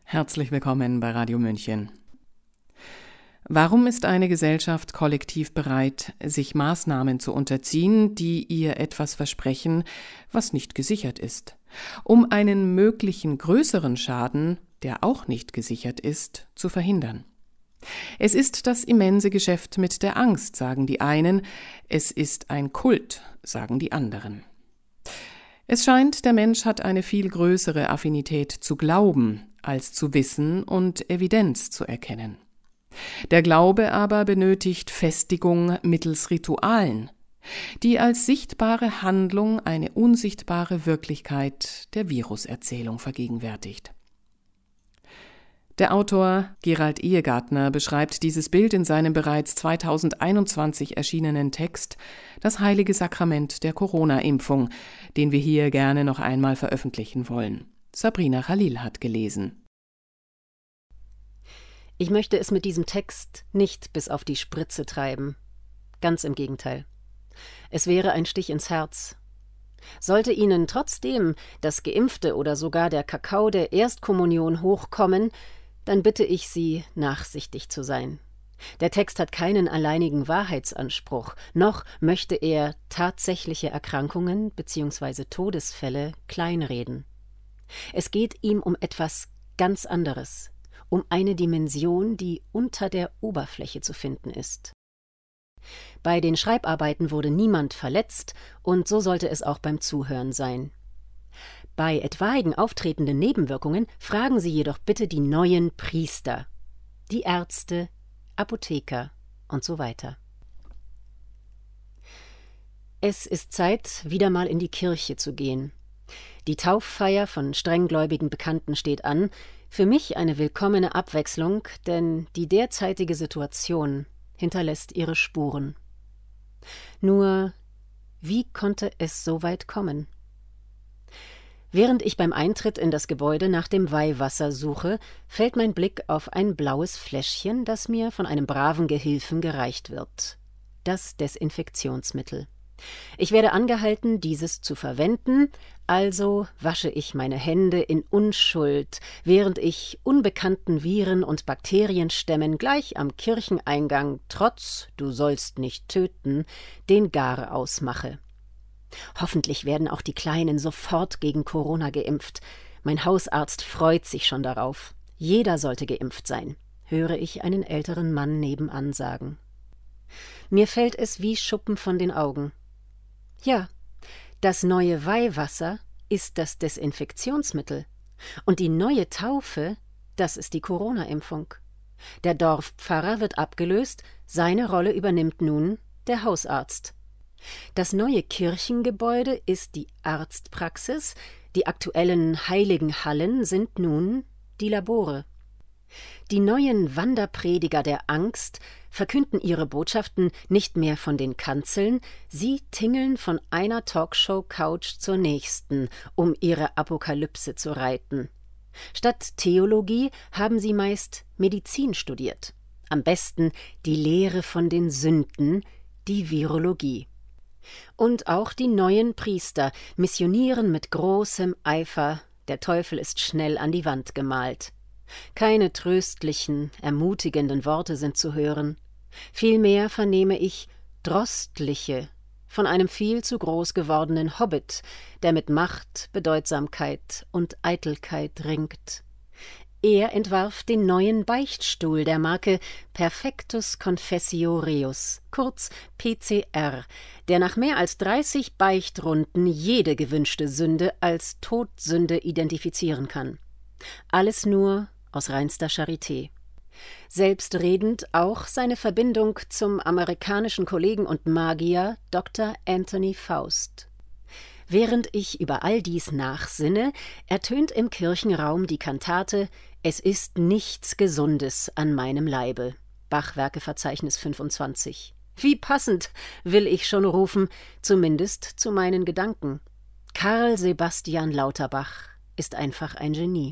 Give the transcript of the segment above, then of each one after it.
Herzlich willkommen bei Radio München. Warum ist eine Gesellschaft kollektiv bereit, sich Maßnahmen zu unterziehen, die ihr etwas versprechen, was nicht gesichert ist, um einen möglichen größeren Schaden, der auch nicht gesichert ist, zu verhindern? Es ist das immense Geschäft mit der Angst, sagen die einen, es ist ein Kult, sagen die anderen. Es scheint, der Mensch hat eine viel größere Affinität zu glauben, als zu wissen und Evidenz zu erkennen. Der Glaube aber benötigt Festigung mittels Ritualen, die als sichtbare Handlung eine unsichtbare Wirklichkeit der Viruserzählung vergegenwärtigt. Der Autor Gerald Ehegartner beschreibt dieses Bild in seinem bereits 2021 erschienenen Text »Das heilige Sakrament der Corona-Impfung«, den wir hier gerne noch einmal veröffentlichen wollen. Sabrina Khalil hat gelesen. Ich möchte es mit diesem Text nicht bis auf die Spritze treiben. Ganz im Gegenteil. Es wäre ein Stich ins Herz. Sollte Ihnen trotzdem das Geimpfte oder sogar der Kakao der Erstkommunion hochkommen, dann bitte ich Sie, nachsichtig zu sein. Der Text hat keinen alleinigen Wahrheitsanspruch, noch möchte er tatsächliche Erkrankungen bzw. Todesfälle kleinreden. Es geht ihm um etwas ganz anderes, um eine Dimension, die unter der Oberfläche zu finden ist. Bei den Schreibarbeiten wurde niemand verletzt und so sollte es auch beim Zuhören sein. Bei etwaigen auftretenden Nebenwirkungen fragen Sie jedoch bitte die neuen Priester, die Ärzte, Apotheker und so weiter. Es ist Zeit, wieder mal in die Kirche zu gehen. Die Tauffeier von strenggläubigen Bekannten steht an, für mich eine willkommene Abwechslung, denn die derzeitige Situation hinterlässt ihre Spuren. Nur, wie konnte es so weit kommen? Während ich beim Eintritt in das Gebäude nach dem Weihwasser suche, fällt mein Blick auf ein blaues Fläschchen, das mir von einem braven Gehilfen gereicht wird. Das Desinfektionsmittel. Ich werde angehalten, dieses zu verwenden, also wasche ich meine Hände in Unschuld, während ich unbekannten Viren und Bakterienstämmen gleich am Kircheneingang trotz »Du sollst nicht töten« den Gar ausmache. Hoffentlich werden auch die Kleinen sofort gegen Corona geimpft. Mein Hausarzt freut sich schon darauf. Jeder sollte geimpft sein, höre ich einen älteren Mann nebenan sagen. Mir fällt es wie Schuppen von den Augen. Ja, das neue Weihwasser ist das Desinfektionsmittel. Und die neue Taufe, das ist die Corona-Impfung. Der Dorfpfarrer wird abgelöst, seine Rolle übernimmt nun der Hausarzt. Das neue Kirchengebäude ist die Arztpraxis, die aktuellen heiligen Hallen sind nun die Labore. Die neuen Wanderprediger der Angst verkünden ihre Botschaften nicht mehr von den Kanzeln, sie tingeln von einer Talkshow-Couch zur nächsten, um ihre Apokalypse zu reiten. Statt Theologie haben sie meist Medizin studiert. Am besten die Lehre von den Sünden, die Virologie. Und auch die neuen Priester missionieren mit großem Eifer, der Teufel ist schnell an die Wand gemalt. Keine tröstlichen, ermutigenden Worte sind zu hören. Vielmehr vernehme ich Drostliche von einem viel zu groß gewordenen Hobbit, der mit Macht, Bedeutsamkeit und Eitelkeit ringt. Er entwarf den neuen Beichtstuhl der Marke Perfectus Confessio Reus, kurz PCR, der nach mehr als 30 Beichtrunden jede gewünschte Sünde als Todsünde identifizieren kann. Alles nur aus reinster Charité. Selbstredend auch seine Verbindung zum amerikanischen Kollegen und Magier Dr. Anthony Faust. Während ich über all dies nachsinne, ertönt im Kirchenraum die Kantate »Es ist nichts Gesundes an meinem Leibe«, Bachwerkeverzeichnis 25. Wie passend, will ich schon rufen, zumindest zu meinen Gedanken. Karl Sebastian Lauterbach ist einfach ein Genie.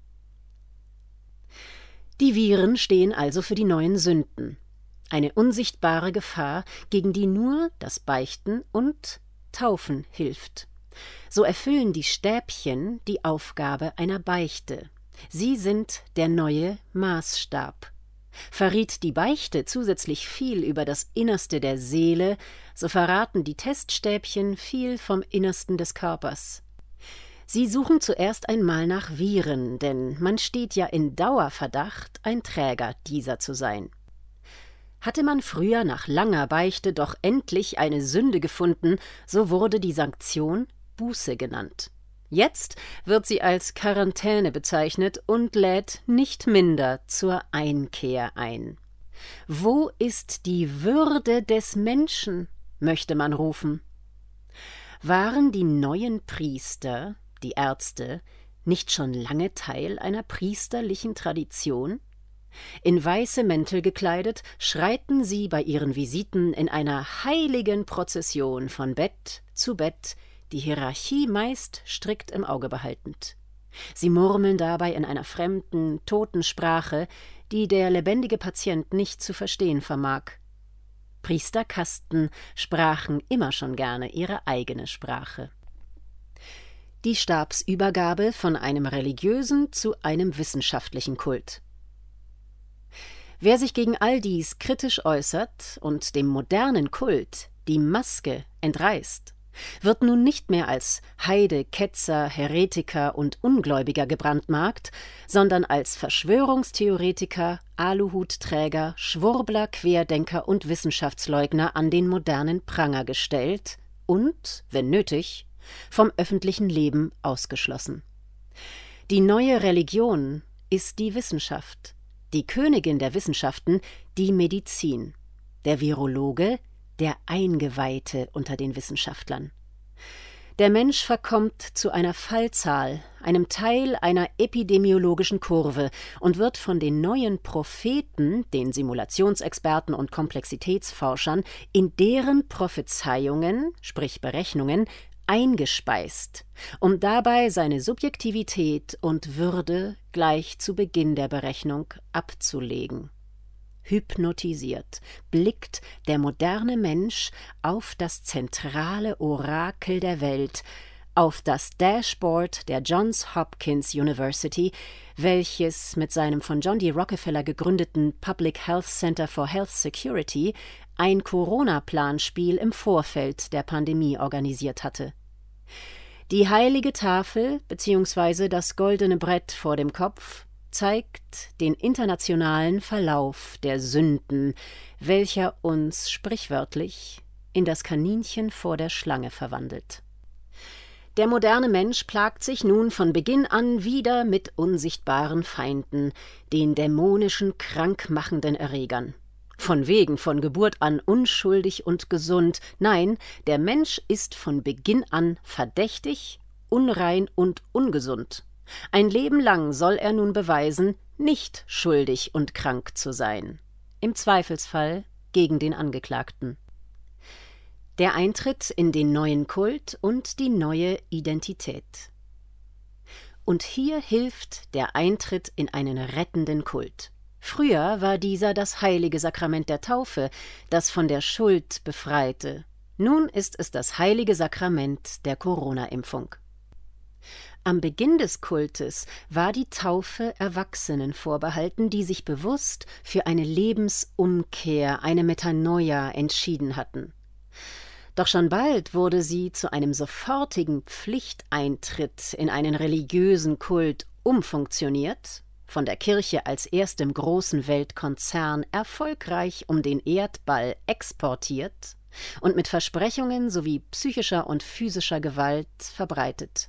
Die Viren stehen also für die neuen Sünden. Eine unsichtbare Gefahr, gegen die nur das Beichten und Taufen hilft. So erfüllen die Stäbchen die Aufgabe einer Beichte. Sie sind der neue Maßstab. Verriet die Beichte zusätzlich viel über das Innerste der Seele, so verraten die Teststäbchen viel vom Innersten des Körpers. Sie suchen zuerst einmal nach Viren, denn man steht ja in Dauerverdacht, ein Träger dieser zu sein. Hatte man früher nach langer Beichte doch endlich eine Sünde gefunden, so wurde die Sanktion Buße genannt. Jetzt wird sie als Quarantäne bezeichnet und lädt nicht minder zur Einkehr ein. Wo ist die Würde des Menschen, möchte man rufen. Waren die neuen Priester, die Ärzte, nicht schon lange Teil einer priesterlichen Tradition? In weiße Mäntel gekleidet, schreiten sie bei ihren Visiten in einer heiligen Prozession von Bett zu Bett, die Hierarchie meist strikt im Auge behaltend. Sie murmeln dabei in einer fremden, toten Sprache, die der lebendige Patient nicht zu verstehen vermag. Priesterkasten sprachen immer schon gerne ihre eigene Sprache. Die Stabsübergabe von einem religiösen zu einem wissenschaftlichen Kult. Wer sich gegen all dies kritisch äußert und dem modernen Kult die Maske entreißt, wird nun nicht mehr als Heide, Ketzer, Heretiker und Ungläubiger gebrandmarkt, sondern als Verschwörungstheoretiker, Aluhutträger, Schwurbler, Querdenker und Wissenschaftsleugner an den modernen Pranger gestellt und, wenn nötig, vom öffentlichen Leben ausgeschlossen. Die neue Religion ist die Wissenschaft, die Königin der Wissenschaften, die Medizin, der Virologe, der Eingeweihte unter den Wissenschaftlern. Der Mensch verkommt zu einer Fallzahl, einem Teil einer epidemiologischen Kurve und wird von den neuen Propheten, den Simulationsexperten und Komplexitätsforschern, in deren Prophezeiungen, sprich Berechnungen, eingespeist, um dabei seine Subjektivität und Würde gleich zu Beginn der Berechnung abzulegen. Hypnotisiert blickt der moderne Mensch auf das zentrale Orakel der Welt, auf das Dashboard der Johns Hopkins University, welches mit seinem von John D. Rockefeller gegründeten Public Health Center for Health Security ein Corona-Planspiel im Vorfeld der Pandemie organisiert hatte. Die heilige Tafel bzw. das goldene Brett vor dem Kopf zeigt den internationalen Verlauf der Sünden, welcher uns sprichwörtlich in das Kaninchen vor der Schlange verwandelt. Der moderne Mensch plagt sich nun von Beginn an wieder mit unsichtbaren Feinden, den dämonischen, krankmachenden Erregern. Von wegen von Geburt an unschuldig und gesund, nein, der Mensch ist von Beginn an verdächtig, unrein und ungesund. Ein Leben lang soll er nun beweisen, nicht schuldig und krank zu sein. Im Zweifelsfall gegen den Angeklagten. Der Eintritt in den neuen Kult und die neue Identität. Und hier hilft der Eintritt in einen rettenden Kult. Früher war dieser das heilige Sakrament der Taufe, das von der Schuld befreite. Nun ist es das heilige Sakrament der Corona-Impfung. Am Beginn des Kultes war die Taufe Erwachsenen vorbehalten, die sich bewusst für eine Lebensumkehr, eine Metanoia entschieden hatten. Doch schon bald wurde sie zu einem sofortigen Pflichteintritt in einen religiösen Kult umfunktioniert, von der Kirche als erstem großen Weltkonzern erfolgreich um den Erdball exportiert und mit Versprechungen sowie psychischer und physischer Gewalt verbreitet.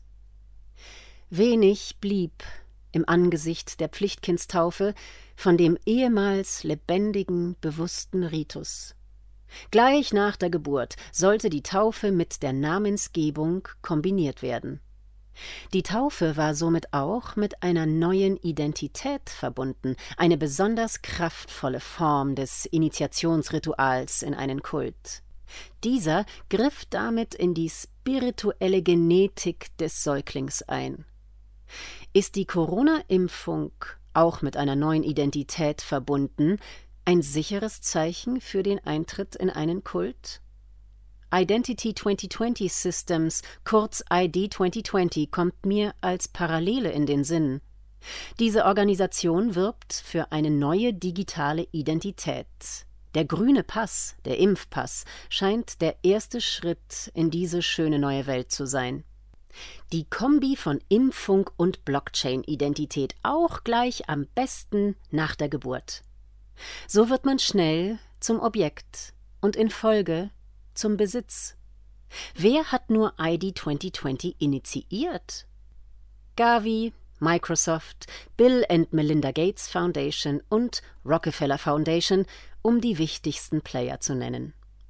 Wenig blieb im Angesicht der Pflichtkindstaufe von dem ehemals lebendigen, bewussten Ritus. Gleich nach der Geburt sollte die Taufe mit der Namensgebung kombiniert werden. Die Taufe war somit auch mit einer neuen Identität verbunden, eine besonders kraftvolle Form des Initiationsrituals in einen Kult. Dieser griff damit in die spirituelle Genetik des Säuglings ein. Ist die Corona-Impfung auch mit einer neuen Identität verbunden, ein sicheres Zeichen für den Eintritt in einen Kult? Identity 2020 Systems, kurz ID 2020, kommt mir als Parallele in den Sinn. Diese Organisation wirbt für eine neue digitale Identität. Der grüne Pass, der Impfpass, scheint der erste Schritt in diese schöne neue Welt zu sein. Die Kombi von Impfung und Blockchain-Identität auch gleich am besten nach der Geburt. So wird man schnell zum Objekt und in Folge zum Besitz. Wer hat nur ID 2020 initiiert? Gavi, Microsoft, Bill and Melinda Gates Foundation und Rockefeller Foundation, um die wichtigsten Player zu nennen.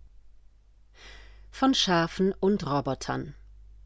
Von Schafen und Robotern.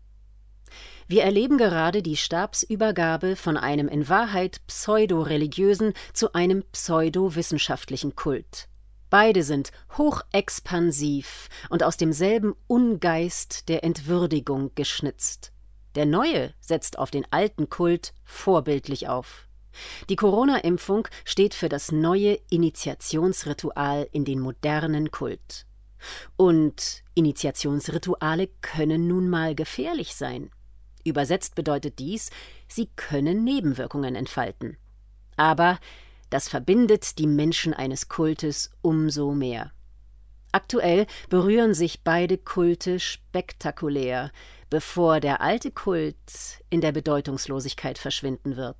Wir erleben gerade die Stabsübergabe von einem in Wahrheit pseudo-religiösen zu einem pseudo-wissenschaftlichen Kult. Beide sind hochexpansiv und aus demselben Ungeist der Entwürdigung geschnitzt. Der Neue setzt auf den alten Kult vorbildlich auf. Die Corona-Impfung steht für das neue Initiationsritual in den modernen Kult. Und Initiationsrituale können nun mal gefährlich sein. Übersetzt bedeutet dies, sie können Nebenwirkungen entfalten. Aber das verbindet die Menschen eines Kultes umso mehr. Aktuell berühren sich beide Kulte spektakulär, bevor der alte Kult in der Bedeutungslosigkeit verschwinden wird.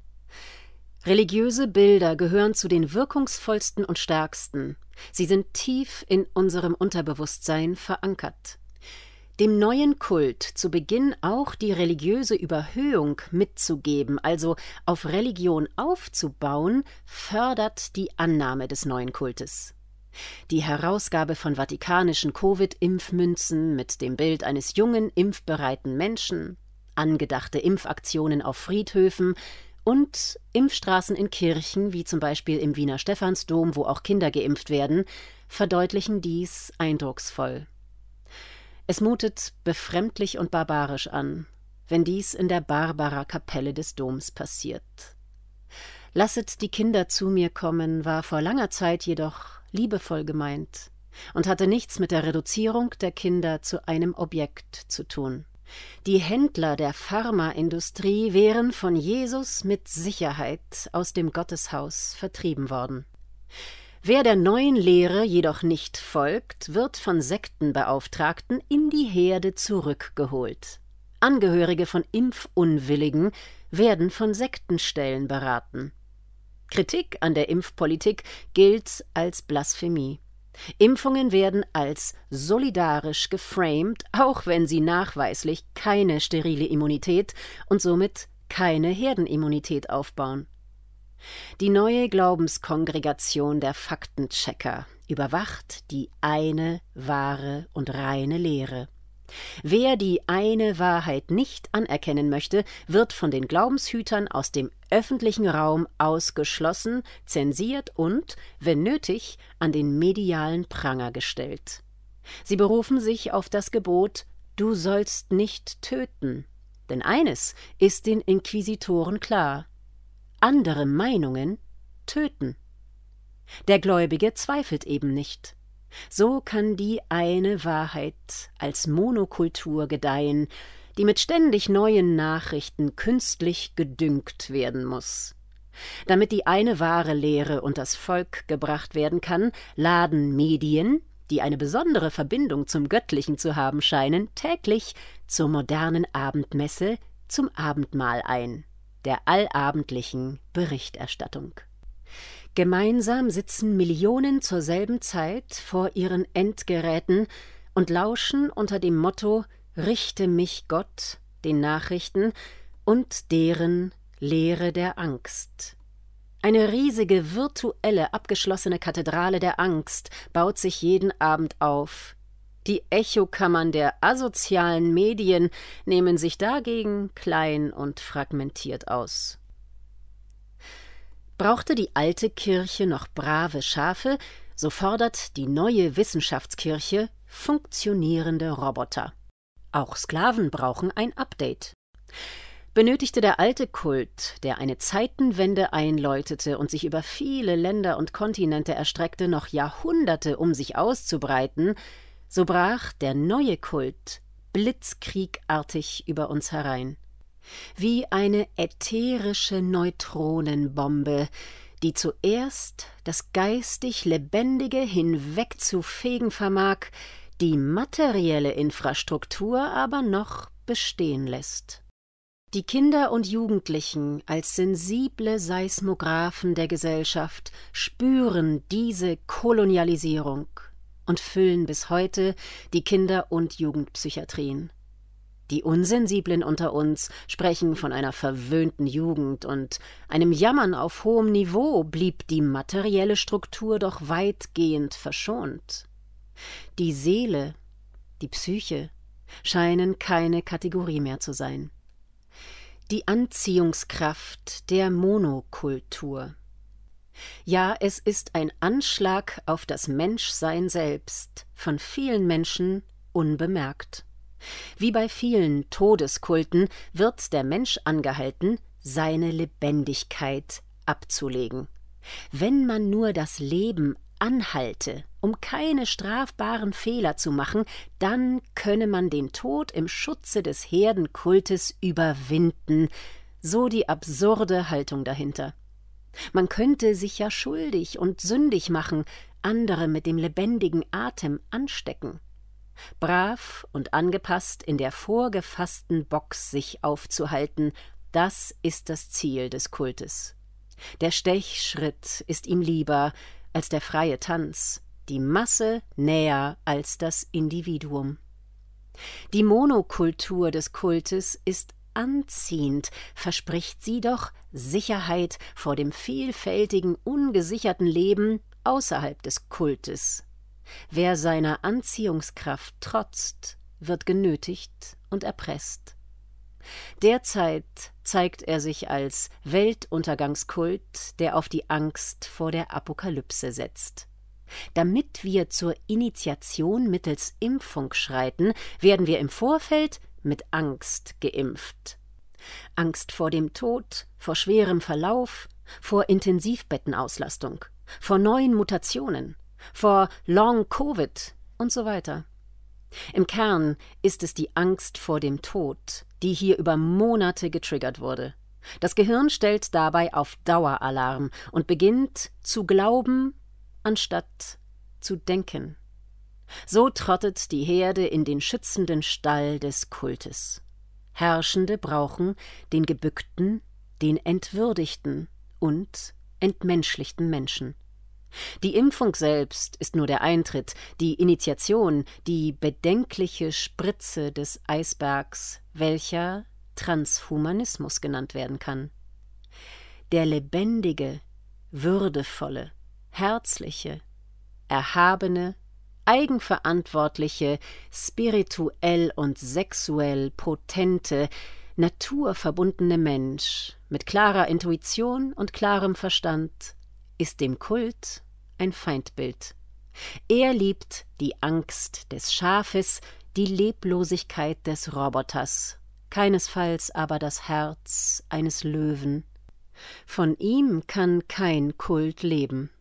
Religiöse Bilder gehören zu den wirkungsvollsten und stärksten. Sie sind tief in unserem Unterbewusstsein verankert. Dem neuen Kult zu Beginn auch die religiöse Überhöhung mitzugeben, also auf Religion aufzubauen, fördert die Annahme des neuen Kultes. Die Herausgabe von vatikanischen Covid-Impfmünzen mit dem Bild eines jungen, impfbereiten Menschen, angedachte Impfaktionen auf Friedhöfen und Impfstraßen in Kirchen, wie zum Beispiel im Wiener Stephansdom, wo auch Kinder geimpft werden, verdeutlichen dies eindrucksvoll. Es mutet befremdlich und barbarisch an, wenn dies in der Barbara-Kapelle des Doms passiert. »Lasset die Kinder zu mir kommen« war vor langer Zeit jedoch liebevoll gemeint und hatte nichts mit der Reduzierung der Kinder zu einem Objekt zu tun. Die Händler der Pharmaindustrie wären von Jesus mit Sicherheit aus dem Gotteshaus vertrieben worden. Wer der neuen Lehre jedoch nicht folgt, wird von Sektenbeauftragten in die Herde zurückgeholt. Angehörige von Impfunwilligen werden von Sektenstellen beraten. Kritik an der Impfpolitik gilt als Blasphemie. Impfungen werden als solidarisch geframed, auch wenn sie nachweislich keine sterile Immunität und somit keine Herdenimmunität aufbauen. Die neue Glaubenskongregation der Faktenchecker überwacht die eine wahre und reine Lehre. Wer die eine Wahrheit nicht anerkennen möchte, wird von den Glaubenshütern aus dem öffentlichen Raum ausgeschlossen, zensiert und, wenn nötig, an den medialen Pranger gestellt. Sie berufen sich auf das Gebot, du sollst nicht töten. Denn eines ist den Inquisitoren klar: andere Meinungen töten. Der Gläubige zweifelt eben nicht. So kann die eine Wahrheit als Monokultur gedeihen, die mit ständig neuen Nachrichten künstlich gedüngt werden muss. Damit die eine wahre Lehre unters Volk gebracht werden kann, laden Medien, die eine besondere Verbindung zum Göttlichen zu haben scheinen, täglich zur modernen Abendmesse, zum Abendmahl ein, der allabendlichen Berichterstattung. Gemeinsam sitzen Millionen zur selben Zeit vor ihren Endgeräten und lauschen unter dem Motto »Richte mich Gott«, den Nachrichten und deren Lehre der Angst. Eine riesige virtuelle, abgeschlossene Kathedrale der Angst baut sich jeden Abend auf. Die Echokammern der asozialen Medien nehmen sich dagegen klein und fragmentiert aus. Brauchte die alte Kirche noch brave Schafe, so fordert die neue Wissenschaftskirche funktionierende Roboter. Auch Sklaven brauchen ein Update. Benötigte der alte Kult, der eine Zeitenwende einläutete und sich über viele Länder und Kontinente erstreckte, noch Jahrhunderte, um sich auszubreiten, so brach der neue Kult blitzkriegartig über uns herein. Wie eine ätherische Neutronenbombe, die zuerst das geistig Lebendige hinwegzufegen vermag, die materielle Infrastruktur aber noch bestehen lässt. Die Kinder und Jugendlichen als sensible Seismographen der Gesellschaft spüren diese Kolonialisierung und füllen bis heute die Kinder- und Jugendpsychiatrien. Die Unsensiblen unter uns sprechen von einer verwöhnten Jugend und einem Jammern auf hohem Niveau, blieb die materielle Struktur doch weitgehend verschont. Die Seele, die Psyche, scheinen keine Kategorie mehr zu sein. Die Anziehungskraft der Monokultur. Ja, es ist ein Anschlag auf das Menschsein selbst, von vielen Menschen unbemerkt. Wie bei vielen Todeskulten wird der Mensch angehalten, seine Lebendigkeit abzulegen. Wenn man nur das Leben anhalte, um keine strafbaren Fehler zu machen, dann könne man den Tod im Schutze des Herdenkultes überwinden, so die absurde Haltung dahinter. Man könnte sich ja schuldig und sündig machen, andere mit dem lebendigen Atem anstecken. Brav und angepasst in der vorgefassten Box sich aufzuhalten, das ist das Ziel des Kultes. Der Stechschritt ist ihm lieber als der freie Tanz, die Masse näher als das Individuum. Die Monokultur des Kultes ist anziehend, verspricht sie doch Sicherheit vor dem vielfältigen, ungesicherten Leben außerhalb des Kultes. Wer seiner Anziehungskraft trotzt, wird genötigt und erpresst. Derzeit zeigt er sich als Weltuntergangskult, der auf die Angst vor der Apokalypse setzt. Damit wir zur Initiation mittels Impfung schreiten, werden wir im Vorfeld mit Angst geimpft. Angst vor dem Tod, vor schwerem Verlauf, vor Intensivbettenauslastung, vor neuen Mutationen, vor Long-Covid und so weiter. Im Kern ist es die Angst vor dem Tod, die hier über Monate getriggert wurde. Das Gehirn stellt dabei auf Daueralarm und beginnt zu glauben, anstatt zu denken. So trottet die Herde in den schützenden Stall des Kultes. Herrschende brauchen den gebückten, den entwürdigten und entmenschlichten Menschen. Die Impfung selbst ist nur der Eintritt, die Initiation, die bedenkliche Spritze des Eisbergs, welcher Transhumanismus genannt werden kann. Der lebendige, würdevolle, herzliche, erhabene, eigenverantwortliche, spirituell und sexuell potente, naturverbundene Mensch mit klarer Intuition und klarem Verstand ist dem Kult ein Feindbild. Er liebt die Angst des Schafes, die Leblosigkeit des Roboters, keinesfalls aber das Herz eines Löwen. Von ihm kann kein Kult leben.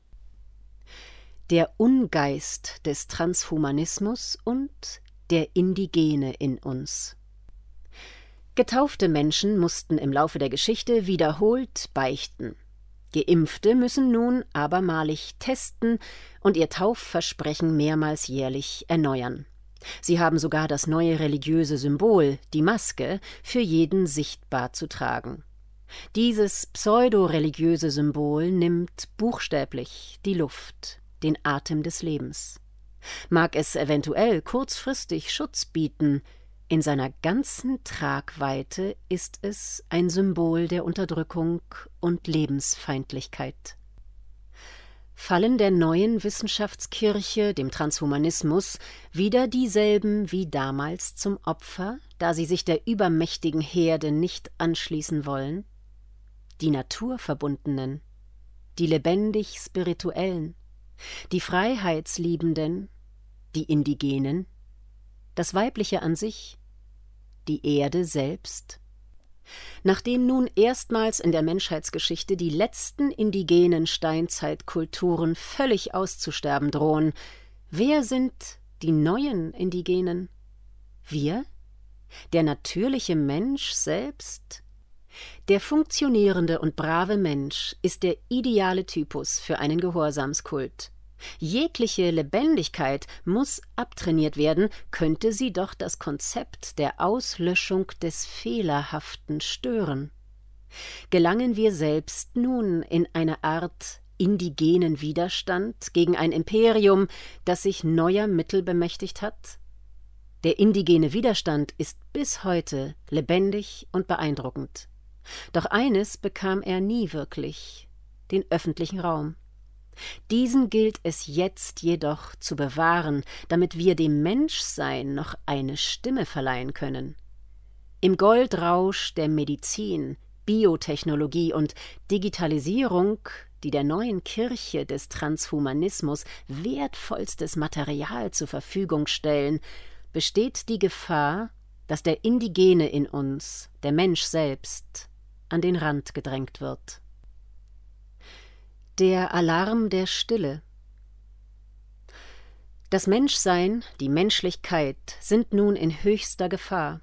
Der Ungeist des Transhumanismus und der Indigene in uns. Getaufte Menschen mussten im Laufe der Geschichte wiederholt beichten. Geimpfte müssen nun abermalig testen und ihr Taufversprechen mehrmals jährlich erneuern. Sie haben sogar das neue religiöse Symbol, die Maske, für jeden sichtbar zu tragen. Dieses pseudoreligiöse Symbol nimmt buchstäblich die Luft, den Atem des Lebens. Mag es eventuell kurzfristig Schutz bieten, in seiner ganzen Tragweite ist es ein Symbol der Unterdrückung und Lebensfeindlichkeit. Fallen der neuen Wissenschaftskirche, dem Transhumanismus, wieder dieselben wie damals zum Opfer, da sie sich der übermächtigen Herde nicht anschließen wollen? Die Naturverbundenen, die lebendig Spirituellen, die Freiheitsliebenden, die Indigenen, das Weibliche an sich, die Erde selbst. Nachdem nun erstmals in der Menschheitsgeschichte die letzten indigenen Steinzeitkulturen völlig auszusterben drohen, wer sind die neuen Indigenen? Wir? Der natürliche Mensch selbst? Der funktionierende und brave Mensch ist der ideale Typus für einen Gehorsamskult. Jegliche Lebendigkeit muss abtrainiert werden, könnte sie doch das Konzept der Auslöschung des Fehlerhaften stören. Gelangen wir selbst nun in eine Art indigenen Widerstand gegen ein Imperium, das sich neuer Mittel bemächtigt hat? Der indigene Widerstand ist bis heute lebendig und beeindruckend. Doch eines bekam er nie wirklich: den öffentlichen Raum. Diesen gilt es jetzt jedoch zu bewahren, damit wir dem Menschsein noch eine Stimme verleihen können. Im Goldrausch der Medizin, Biotechnologie und Digitalisierung, die der neuen Kirche des Transhumanismus wertvollstes Material zur Verfügung stellen, besteht die Gefahr, dass der Indigene in uns, der Mensch selbst, an den Rand gedrängt wird. Der Alarm der Stille. Das Menschsein, die Menschlichkeit sind nun in höchster Gefahr.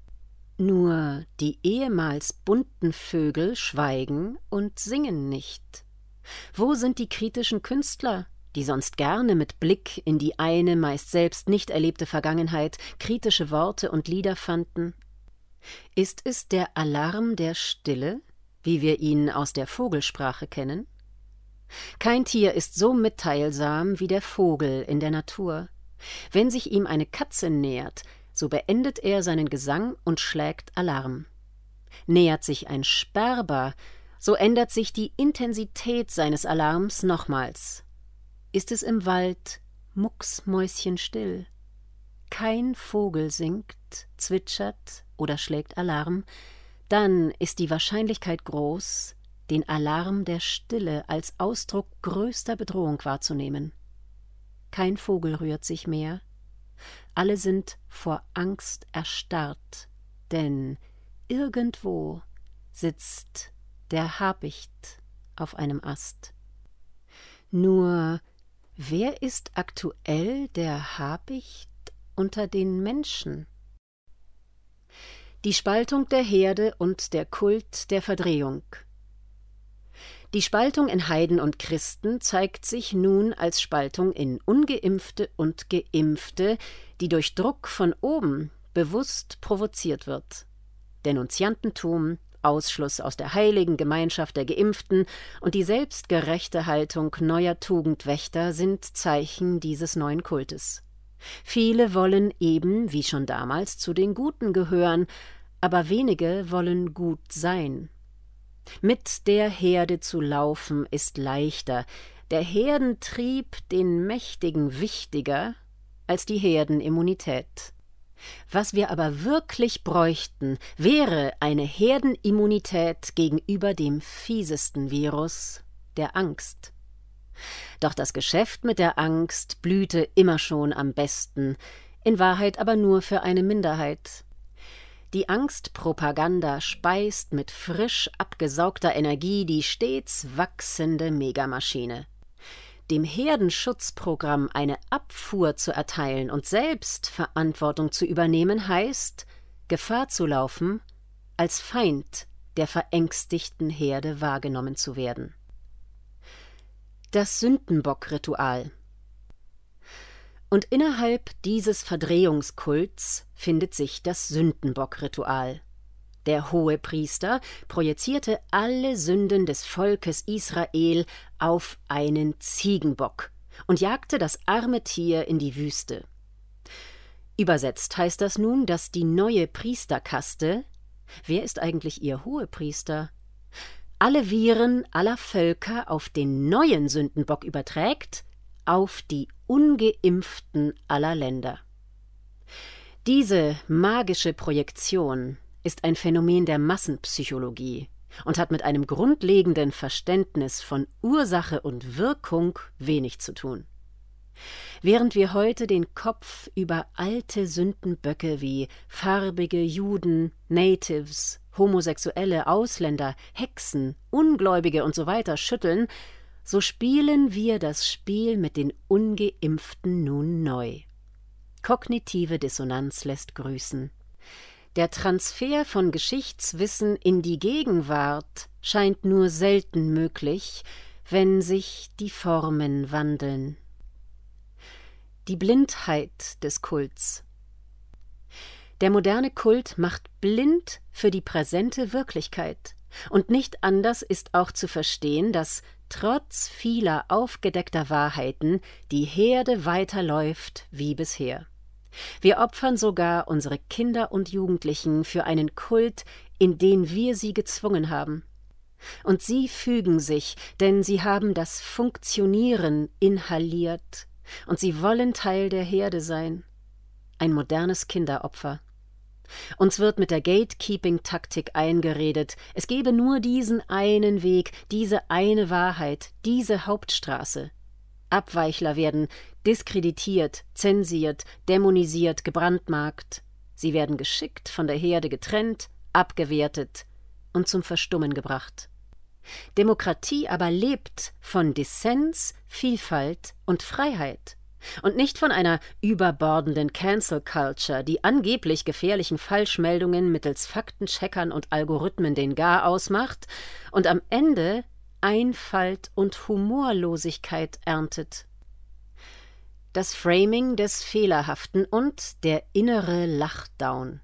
Nur die ehemals bunten Vögel schweigen und singen nicht. Wo sind die kritischen Künstler, die sonst gerne mit Blick in die eine meist selbst nicht erlebte Vergangenheit kritische Worte und Lieder fanden? Ist es der Alarm der Stille, wie wir ihn aus der Vogelsprache kennen? Kein Tier ist so mitteilsam wie der Vogel in der Natur. Wenn sich ihm eine Katze nähert, so beendet er seinen Gesang und schlägt Alarm. Nähert sich ein Sperber, so ändert sich die Intensität seines Alarms nochmals. Ist es im Wald mucksmäuschenstill, kein Vogel singt, zwitschert oder schlägt Alarm, dann ist die Wahrscheinlichkeit groß, den Alarm der Stille als Ausdruck größter Bedrohung wahrzunehmen. Kein Vogel rührt sich mehr. Alle sind vor Angst erstarrt, denn irgendwo sitzt der Habicht auf einem Ast. Nur, wer ist aktuell der Habicht unter den Menschen? Die Spaltung der Herde und der Kult der Verdrehung. Die Spaltung in Heiden und Christen zeigt sich nun als Spaltung in Ungeimpfte und Geimpfte, die durch Druck von oben bewusst provoziert wird. Denunziantentum, Ausschluss aus der heiligen Gemeinschaft der Geimpften und die selbstgerechte Haltung neuer Tugendwächter sind Zeichen dieses neuen Kultes. Viele wollen eben, wie schon damals, zu den Guten gehören, aber wenige wollen gut sein. Mit der Herde zu laufen ist leichter, der Herdentrieb den Mächtigen wichtiger als die Herdenimmunität. Was wir aber wirklich bräuchten, wäre eine Herdenimmunität gegenüber dem fiesesten Virus, der Angst. Doch das Geschäft mit der Angst blühte immer schon am besten, in Wahrheit aber nur für eine Minderheit. Die Angstpropaganda speist mit frisch abgesaugter Energie die stets wachsende Megamaschine. Dem Herdenschutzprogramm eine Abfuhr zu erteilen und selbst Verantwortung zu übernehmen, heißt, Gefahr zu laufen, als Feind der verängstigten Herde wahrgenommen zu werden. Das Sündenbock-Ritual. Und innerhalb dieses Verdrehungskults findet sich das Sündenbock-Ritual. Der Hohepriester projizierte alle Sünden des Volkes Israel auf einen Ziegenbock und jagte das arme Tier in die Wüste. Übersetzt heißt das nun, dass die neue Priesterkaste – wer ist eigentlich ihr Hohepriester? – alle Viren aller Völker auf den neuen Sündenbock überträgt, auf die Ungeimpften aller Länder. Diese magische Projektion ist ein Phänomen der Massenpsychologie und hat mit einem grundlegenden Verständnis von Ursache und Wirkung wenig zu tun. Während wir heute den Kopf über alte Sündenböcke wie farbige Juden, Natives, Homosexuelle, Ausländer, Hexen, Ungläubige usw. schütteln, so spielen wir das Spiel mit den Ungeimpften nun neu. Kognitive Dissonanz lässt grüßen. Der Transfer von Geschichtswissen in die Gegenwart scheint nur selten möglich, wenn sich die Formen wandeln. Die Blindheit des Kults. Der moderne Kult macht blind für die präsente Wirklichkeit. Und nicht anders ist auch zu verstehen, dass trotz vieler aufgedeckter Wahrheiten die Herde weiterläuft wie bisher. Wir opfern sogar unsere Kinder und Jugendlichen für einen Kult, in den wir sie gezwungen haben. Und sie fügen sich, denn sie haben das Funktionieren inhaliert und sie wollen Teil der Herde sein. Ein modernes Kinderopfer. Uns wird mit der Gatekeeping-Taktik eingeredet, es gebe nur diesen einen Weg, diese eine Wahrheit, diese Hauptstraße. Abweichler werden diskreditiert, zensiert, dämonisiert, gebrandmarkt. Sie werden geschickt von der Herde getrennt, abgewertet und zum Verstummen gebracht. Demokratie aber lebt von Dissens, Vielfalt und Freiheit und nicht von einer überbordenden Cancel Culture, die angeblich gefährlichen Falschmeldungen mittels Faktencheckern und Algorithmen den Garaus macht und am Ende Einfalt und Humorlosigkeit erntet. Das Framing des Fehlerhaften und der innere Lachdown.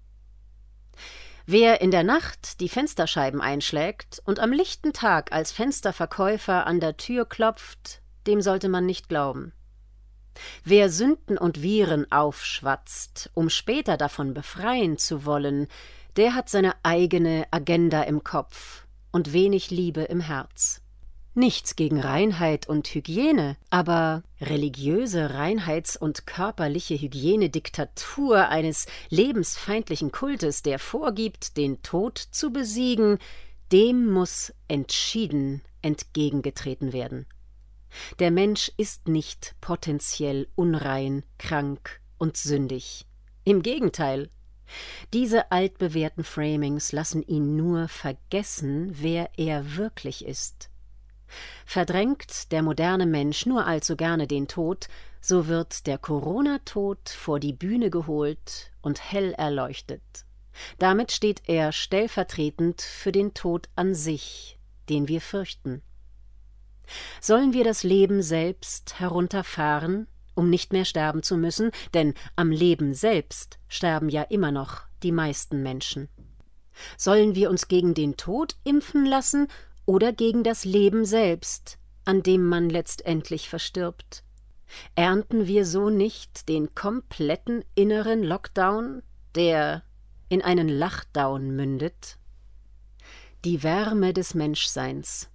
Wer in der Nacht die Fensterscheiben einschlägt und am lichten Tag als Fensterverkäufer an der Tür klopft, dem sollte man nicht glauben. Wer Sünden und Viren aufschwatzt, um später davon befreien zu wollen, der hat seine eigene Agenda im Kopf und wenig Liebe im Herz. Nichts gegen Reinheit und Hygiene, aber religiöse Reinheits- und körperliche Hygienediktatur eines lebensfeindlichen Kultes, der vorgibt, den Tod zu besiegen, dem muss entschieden entgegengetreten werden. Der Mensch ist nicht potenziell unrein, krank und sündig. Im Gegenteil. Diese altbewährten Framings lassen ihn nur vergessen, wer er wirklich ist. Verdrängt der moderne Mensch nur allzu gerne den Tod, so wird der Corona-Tod vor die Bühne geholt und hell erleuchtet. Damit steht er stellvertretend für den Tod an sich, den wir fürchten. Sollen wir das Leben selbst herunterfahren, um nicht mehr sterben zu müssen? Denn am Leben selbst sterben ja immer noch die meisten Menschen. Sollen wir uns gegen den Tod impfen lassen oder gegen das Leben selbst, an dem man letztendlich verstirbt? Ernten wir so nicht den kompletten inneren Lockdown, der in einen Lachdown mündet? Die Wärme des Menschseins.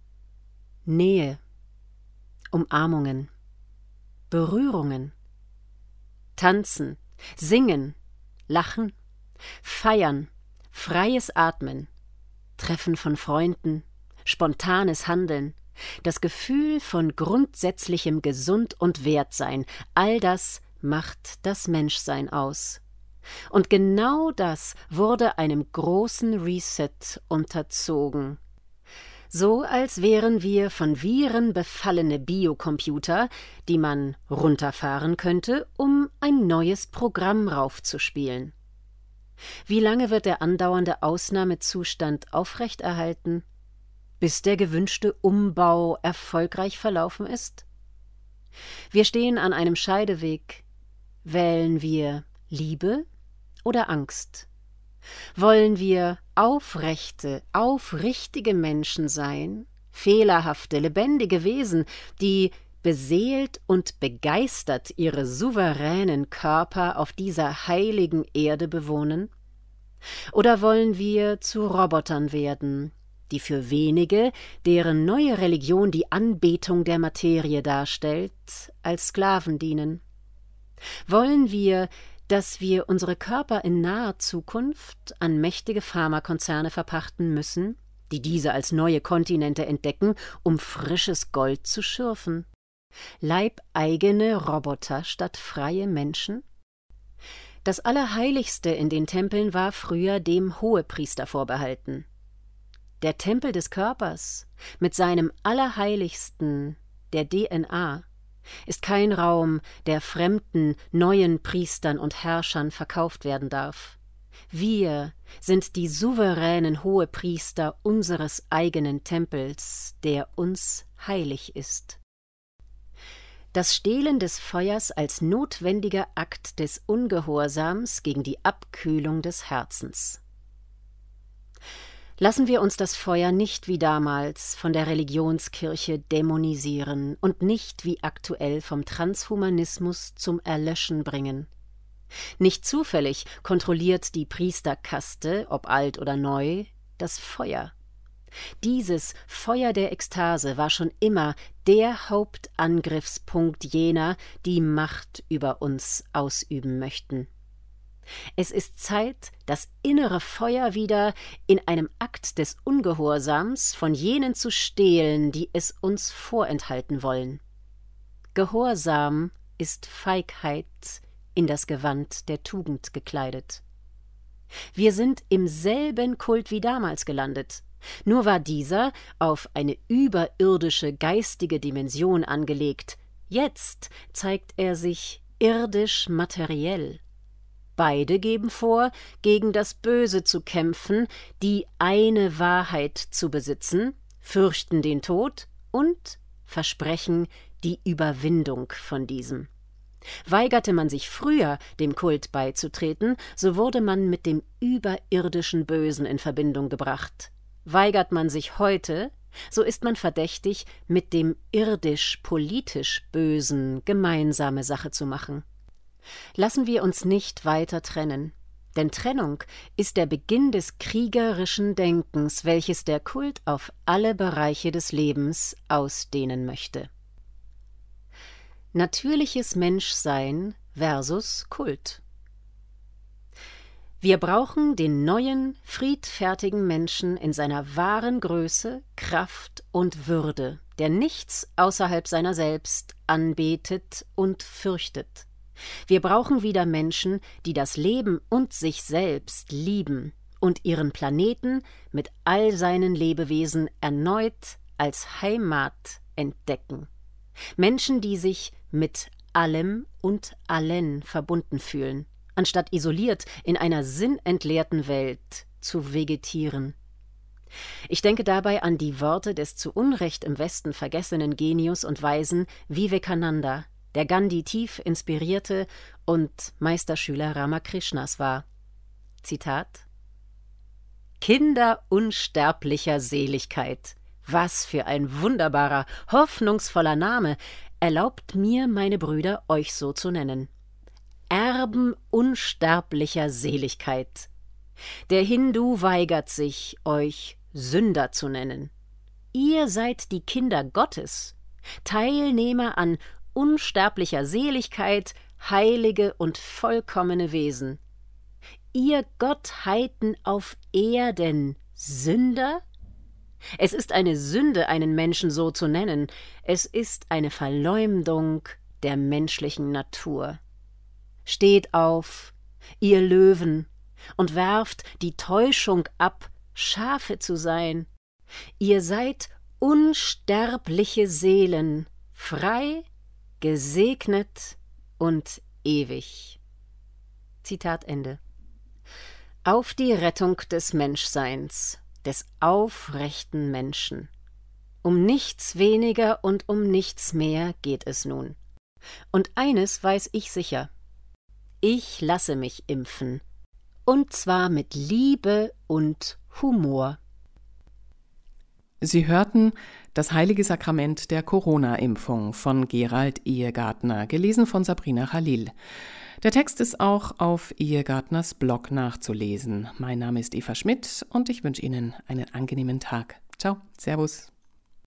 Nähe, Umarmungen, Berührungen, Tanzen, Singen, Lachen, Feiern, freies Atmen, Treffen von Freunden, spontanes Handeln, das Gefühl von grundsätzlichem Gesund- und Wertsein, all das macht das Menschsein aus. Und genau das wurde einem großen Reset unterzogen. So als wären wir von Viren befallene Biocomputer, die man runterfahren könnte, um ein neues Programm raufzuspielen. Wie lange wird der andauernde Ausnahmezustand aufrechterhalten, bis der gewünschte Umbau erfolgreich verlaufen ist? Wir stehen an einem Scheideweg. Wählen wir Liebe oder Angst? Wollen wir aufrechte, aufrichtige Menschen sein, fehlerhafte, lebendige Wesen, die beseelt und begeistert ihre souveränen Körper auf dieser heiligen Erde bewohnen? Oder wollen wir zu Robotern werden, die für wenige, deren neue Religion die Anbetung der Materie darstellt, als Sklaven dienen? Wollen wir, dass wir unsere Körper in naher Zukunft an mächtige Pharmakonzerne verpachten müssen, die diese als neue Kontinente entdecken, um frisches Gold zu schürfen? Leibeigene Roboter statt freie Menschen? Das Allerheiligste in den Tempeln war früher dem Hohepriester vorbehalten. Der Tempel des Körpers mit seinem Allerheiligsten, der DNA, ist kein Raum, der fremden, neuen Priestern und Herrschern verkauft werden darf. Wir sind die souveränen Hohepriester unseres eigenen Tempels, der uns heilig ist. Das Stehlen des Feuers als notwendiger Akt des Ungehorsams gegen die Abkühlung des Herzens. Lassen wir uns das Feuer nicht wie damals von der Religionskirche dämonisieren und nicht wie aktuell vom Transhumanismus zum Erlöschen bringen. Nicht zufällig kontrolliert die Priesterkaste, ob alt oder neu, das Feuer. Dieses Feuer der Ekstase war schon immer der Hauptangriffspunkt jener, die Macht über uns ausüben möchten. Es ist Zeit, das innere Feuer wieder in einem Akt des Ungehorsams von jenen zu stehlen, die es uns vorenthalten wollen. Gehorsam ist Feigheit in das Gewand der Tugend gekleidet. Wir sind im selben Kult wie damals gelandet, nur war dieser auf eine überirdische geistige Dimension angelegt, jetzt zeigt er sich irdisch-materiell. Beide geben vor, gegen das Böse zu kämpfen, die eine Wahrheit zu besitzen, fürchten den Tod und versprechen die Überwindung von diesem. Weigerte man sich früher, dem Kult beizutreten, so wurde man mit dem überirdischen Bösen in Verbindung gebracht. Weigert man sich heute, so ist man verdächtig, mit dem irdisch-politisch Bösen gemeinsame Sache zu machen. Lassen wir uns nicht weiter trennen, denn Trennung ist der Beginn des kriegerischen Denkens, welches der Kult auf alle Bereiche des Lebens ausdehnen möchte. Natürliches Menschsein versus Kult. Wir brauchen den neuen, friedfertigen Menschen in seiner wahren Größe, Kraft und Würde, der nichts außerhalb seiner selbst anbetet und fürchtet. Wir brauchen wieder Menschen, die das Leben und sich selbst lieben und ihren Planeten mit all seinen Lebewesen erneut als Heimat entdecken. Menschen, die sich mit allem und allen verbunden fühlen, anstatt isoliert in einer sinnentleerten Welt zu vegetieren. Ich denke dabei an die Worte des zu Unrecht im Westen vergessenen Genius und Weisen Vivekananda, der Gandhi tief inspirierte und Meisterschüler Ramakrishnas war. Zitat: »Kinder unsterblicher Seligkeit, was für ein wunderbarer, hoffnungsvoller Name, erlaubt mir, meine Brüder, euch so zu nennen. Erben unsterblicher Seligkeit. Der Hindu weigert sich, euch Sünder zu nennen. Ihr seid die Kinder Gottes, Teilnehmer an unsterblicher Seligkeit, heilige und vollkommene Wesen. Ihr Gottheiten auf Erden, Sünder? Es ist eine Sünde, einen Menschen so zu nennen. Es ist eine Verleumdung der menschlichen Natur. Steht auf, ihr Löwen, und werft die Täuschung ab, Schafe zu sein. Ihr seid unsterbliche Seelen, frei, gesegnet und ewig. Zitat Ende. Auf die Rettung des Menschseins, des aufrechten Menschen. Um nichts weniger und um nichts mehr geht es nun. Und eines weiß ich sicher: Ich lasse mich impfen. Und zwar mit Liebe und Humor. Sie hörten Das heilige Sakrament der Corona-Impfung von Gerald Ehegartner, gelesen von Sabrina Khalil. Der Text ist auch auf Ehegartners Blog nachzulesen. Mein Name ist Eva Schmidt und ich wünsche Ihnen einen angenehmen Tag. Ciao, Servus.